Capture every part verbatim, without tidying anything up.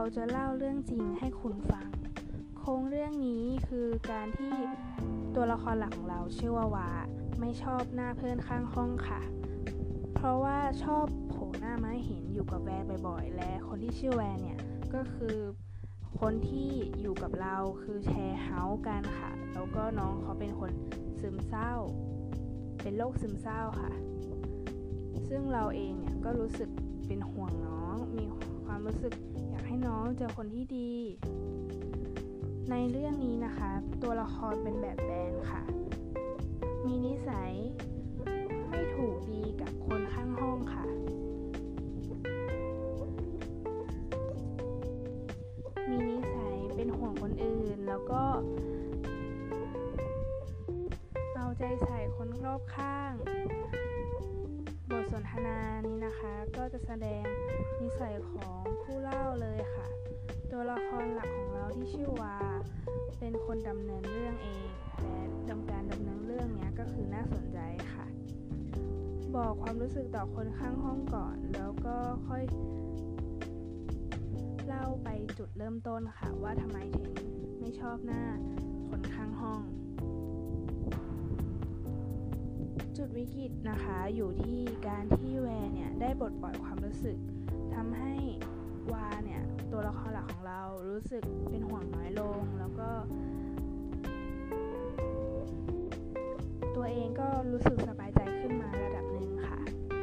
จะเล่าเรื่องจริงให้คุณฟังโครงเรื่องนี้คือการที่ตัวละครหลักของเราชื่อว่าวาไม่ชอบหน้าเพื่อนข้างห้องค่ะเพราะว่าชอบโผล่หน้ามาให้เห็นอยู่กับแวนบ่อยๆและคนที่ชื่อแวนเนี่ยก็คือคนที่อยู่กับเราคือแชร์เฮาส์กันค่ะแล้วก็น้องเขาเป็นคนซึมเศร้าเป็นโรคซึมเศร้าค่ะซึ่งเราเองเนี่ยก็รู้สึกเป็นห่วงน้องมีความรู้สึกอยากให้น้องเจอคนที่ดีในเรื่องนี้นะคะตัวละครเป็นแบบแบนค่ะมีนิสัยไม่ถูกดีกับคนข้างห้องค่ะมีนิสัยเป็นห่วงคนอื่นแล้วก็เอาใจใส่คนรอบข้างบทสนทนานี้นะคะก็จะแสดงนิสัยของผู้เล่าเลยค่ะตัวละครหลักของเราที่ชื่อว่าเป็นคนดำเนินเรื่องเองและดำการดำเนินเรื่องนี้ก็คือน่าสนใจค่ะบอกความรู้สึกต่อคนข้างห้องก่อนแล้วก็ค่อยเล่าไปจุดเริ่มต้นค่ะว่าทำไมถึงไม่ชอบหน้าคนข้างห้องจุดวิกฤตนะคะอยู่ที่การที่แวร์เนี่ยได้ปลดปล่อยความรู้สึกทำให้วาเนี่ยตัวละครหลักของเรารู้สึกเป็นห่วงน้อยลงแล้วก็ตัวเองก็รู้สึกสบายใจขึ้นมาระดับหนึ่งค่ะ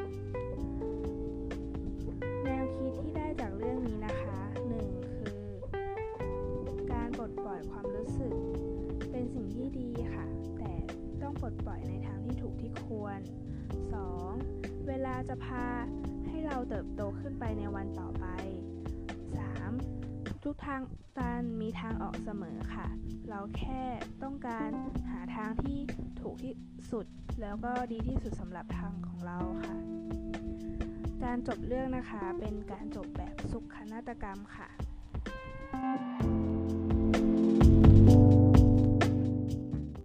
แนวคิดที่ได้จากเรื่องนี้นะคะหนึ่งคือการปลดปล่อยความรู้สึกเป็นสิ่งที่ดีค่ะแต่ต้องปลดปล่อยในทางที่ถูกที่ควรสองเวลาจะพาให้เราเติบโตขึ้นไปในวันต่อไปสามทุกทางการมีทางออกเสมอค่ะเราแค่ต้องการหาทางที่ถูกที่สุดแล้วก็ดีที่สุดสำหรับทางของเราค่ะการจบเรื่องนะคะเป็นการจบแบบสุขนาฏกรรมค่ะ